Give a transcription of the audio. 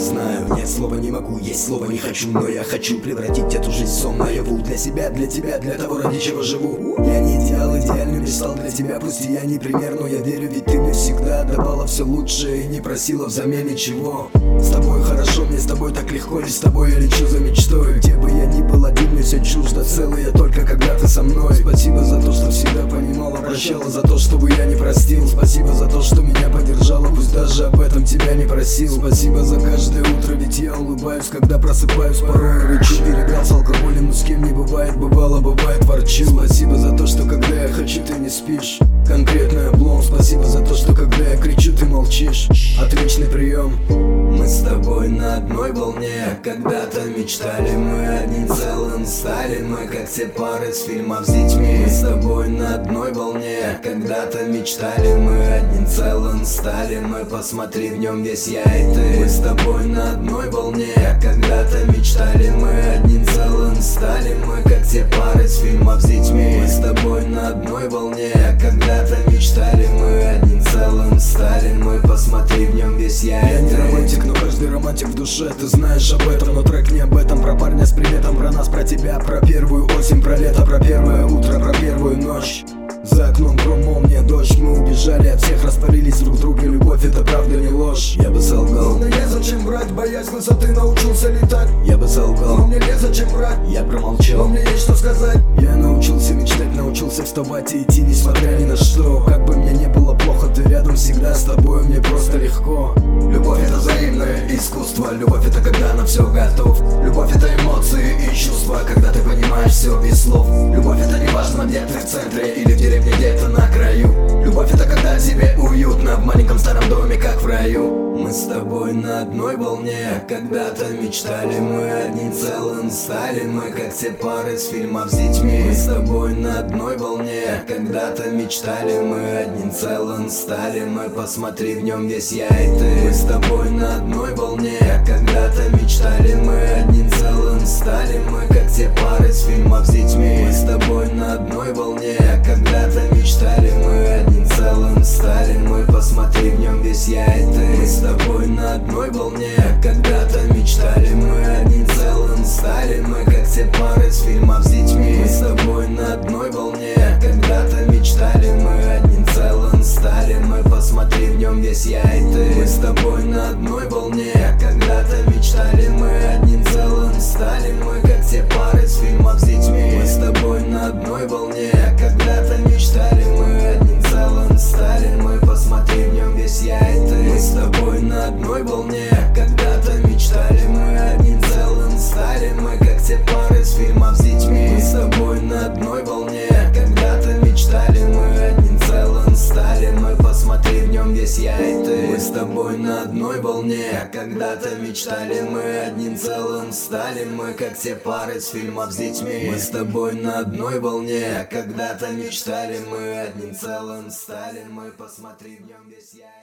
знаю. Нет слова не могу, есть слово не хочу, но я хочу превратить эту жизнь в сон наяву. Для себя, для тебя, для того, ради чего живу. Я не идеал, идеальным лишь стал для тебя. Пусть и я не пример, но я верю, ведь ты мне всегда давала все лучшее и не просила взамен ничего. С тобой хорошо, мне с тобой так легко, лишь с тобой я лечу за мечтой. Где бы я ни был один, мне все чуждо, целый я только когда ты со мной. Спасибо за то, что всегда понимала, прощала, за то, чтобы я не простил. Спасибо за то, что меня поддержала, пусть даже об этом тебя не просил. Спасибо за каждое утро, ведь я улыбаюсь, когда просыпаюсь. Порой рычу, переграл с алкоголем, но с кем не бывает, бывало, бывает, ворчу. Спасибо за то, что когда я хочу, ты не спишь. Конкретный облом. Спасибо за то, что когда я кричу, ты молчишь. Отличный прием. Мы с тобой на одной волне. Когда-то мечтали, мы одним целым стали. Мы как те пары с фильмов с детьми. Мы с тобой на одной волне. Когда-то мечтали, мы одним целым стали. Мы посмотри, в нем весь я и ты. Мы с тобой на одной волне. Когда-то мечтали, мы одним целым стали. Мы как те пары с фильмов с детьми. Мы с тобой на одной волне. Когда-то мечтали, мы одним целым стали. Мы посмотри, в нем весь я и ты. Я не романтик, но каждый романтик в душе. Ты знаешь об этом, но трек не об этом. Про парня с приветом, про нас, про тебя. Про первую осень, про лето, про первое утро, про первую ночь. За окном гром, молния, дождь. Мы убежали от всех, растворились друг в друге. Любовь — это правда, не ложь. Я бы солгал, но незачем брать, боясь высоты, научился летать. Я бы солгал, но мне незачем брать. Я промолчал, но мне есть что сказать. Я научился мечтать, научился вставать и идти, несмотря ни на что. Как бы мне не было плохо, ты рядом всегда, с тобой мне просто легко. Любовь — это взаимное искусство. Любовь — это когда на все готов. Любовь — это эмоции и чувства, когда ты понимаешь все без слов. Любовь — это не важно, где ты в центре или в деревне где-то на краю. Любовь — это когда тебе уютно в маленьком старом доме, как в раю. Мы с тобой на одной волне. Когда-то мечтали, мы одним целым стали. Мы как те пары с фильмов с детьми. Мы с тобой на одной волне. Когда-то мечтали, мы одним целым стали. Мы посмотри, в нем весь я и ты. Мы с тобой на одной волне. Когда-то мечтали, мы одним целым стали. Мы как те пары с фильмов с детьми. Мы с тобой на одной волне. Когда-то мечтали, мы одним целым стали. Мы посмотри, в нем весь я и ты. Мы с тобой на одной волне. Когда-то мечтали, мы одним целым стали. Мы как те пары с фильмов с детьми. Мы с тобой на одной волне. Когда-то мечтали, мы одним целым стали. Мы посмотри, в нем весь я и ты. Мы с тобой на одной волне. Когда-то мечтали, мы одним целым стали. Мы как те пары с фильмов с детьми. Мы с тобой на одной волне. Когда-то мечтали, мы одним целым стали. Мы посмотри, в нем весь я и ты. Мы с тобой на одной волне. Когда-то мечтали, мы одним целым стали. Мы как те пары с фильмов с детьми. Мы с тобой на одной волне. Когда-то мечтали, мы одним целым стали. Мы посмотри, в нем весь я и ты. Мы с тобой на одной волне. Когда-то мечтали, мы одним целым стали. Мы как те пары с фильмов с детьми. Мы с тобой на одной волне. Когда-то мечтали, мы одним целым стали. Мы посмотри, в нем весь я.